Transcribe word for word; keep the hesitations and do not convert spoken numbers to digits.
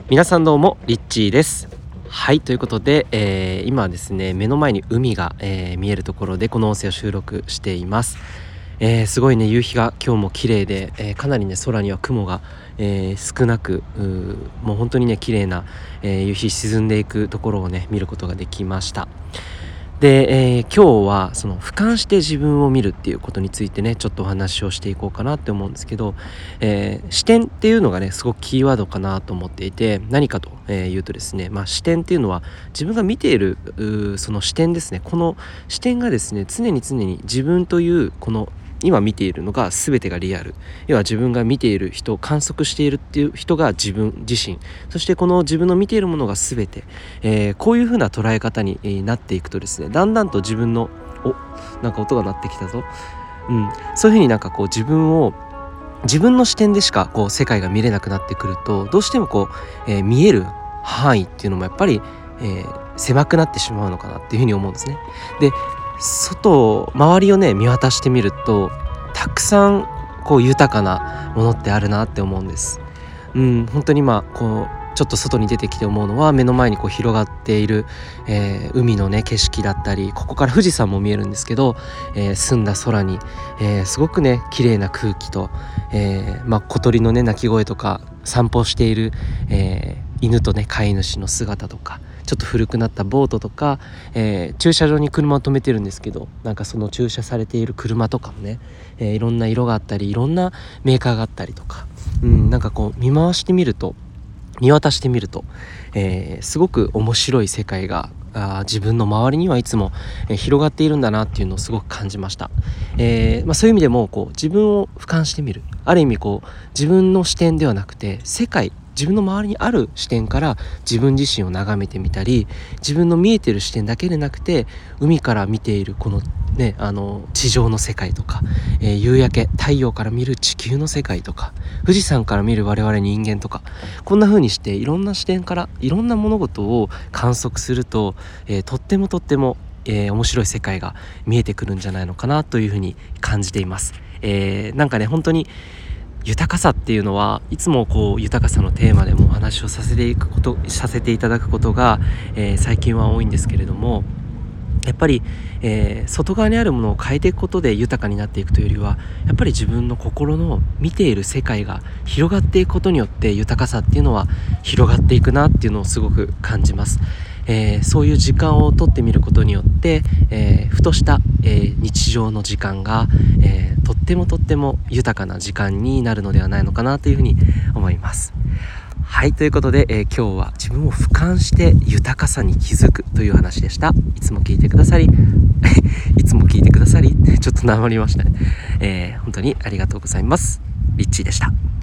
皆さんどうもリッチーです。はいということで、えー、今はですね目の前に海が、えー見えるところでこの音声を収録しています。えーすごいね夕日が今日も綺麗で、えーかなりね空には雲が、えー少なくうーもう本当にね綺麗な、えー夕日沈んでいくところをね見ることができました。で、えー今日はその俯瞰して自分を見るっていうことについてねちょっとお話をしていこうかなって思うんですけど、えー視点っていうのがねすごくキーワードかなと思っていて、何かと、えー言うとですね、まあ、視点っていうのは自分が見ているうーその視点ですね。この視点がですね常に常に自分というこの今見ているのが全てがリアル、要は自分が見ている人を観測しているっていう人が自分自身、そしてこの自分の見ているものが全て、えーこういう風な捉え方にえーなっていくとですね、だんだんと自分のおなんか音が鳴ってきたぞ、うん、そういう風になんかこう自分を自分の視点でしかこう世界が見れなくなってくると、どうしてもこう、えー見える範囲っていうのもやっぱり、えー狭くなってしまうのかなっていうふうに思うんですね。で外周りをね見渡してみると、たくさんこう豊かなものってあるなって思うんです。うん本当に今こうちょっと外に出てきて思うのは、目の前にこう広がっている、えー海のね景色だったり、ここから富士山も見えるんですけど、えー澄んだ空に、えーすごくね綺麗な空気と、えーまあ、小鳥のね鳴き声とか、散歩している、えー犬とね飼い主の姿とか、ちょっと古くなったボートとか、えー駐車場に車を止めてるんですけど、なんかその駐車されている車とかもね、えーいろんな色があったり、いろんなメーカーがあったりとか、うんなんかこう見回してみると見渡してみると、えーすごく面白い世界があー自分の周りにはいつも、えー広がっているんだなっていうのをすごく感じました。えーまあ、そういう意味でもこう自分を俯瞰してみる、ある意味こう自分の視点ではなくて世界、自分の周りにある視点から自分自身を眺めてみたり、自分の見えてる視点だけでなくて海から見ているこのねあの地上の世界とか、えー夕焼け、太陽から見る地球の世界とか、富士山から見る我々人間とか、こんな風にしていろんな視点からいろんな物事を観測すると、えーとってもとっても、えー面白い世界が見えてくるんじゃないのかなという風に感じています。えーなんかね本当に豊かさっていうのはいつもこう豊かさのテーマでもお話をさせていくことさせていただくことが、えー最近は多いんですけれども、やっぱり、えー外側にあるものを変えていくことで豊かになっていくというよりは、やっぱり自分の心の見ている世界が広がっていくことによって豊かさっていうのは広がっていくなっていうのをすごく感じます。えーそういう時間をとってみることによって、えーふとした、えー日常の時間が、えーとってもとっても豊かな時間になるのではないのかなというふうに思います。はいということで、えー今日は自分を俯瞰して豊かさに気づくという話でした。いつも聞いてくださりいつも聞いてくださりちょっとなまりましたね。えー本当にありがとうございます。リッチーでした。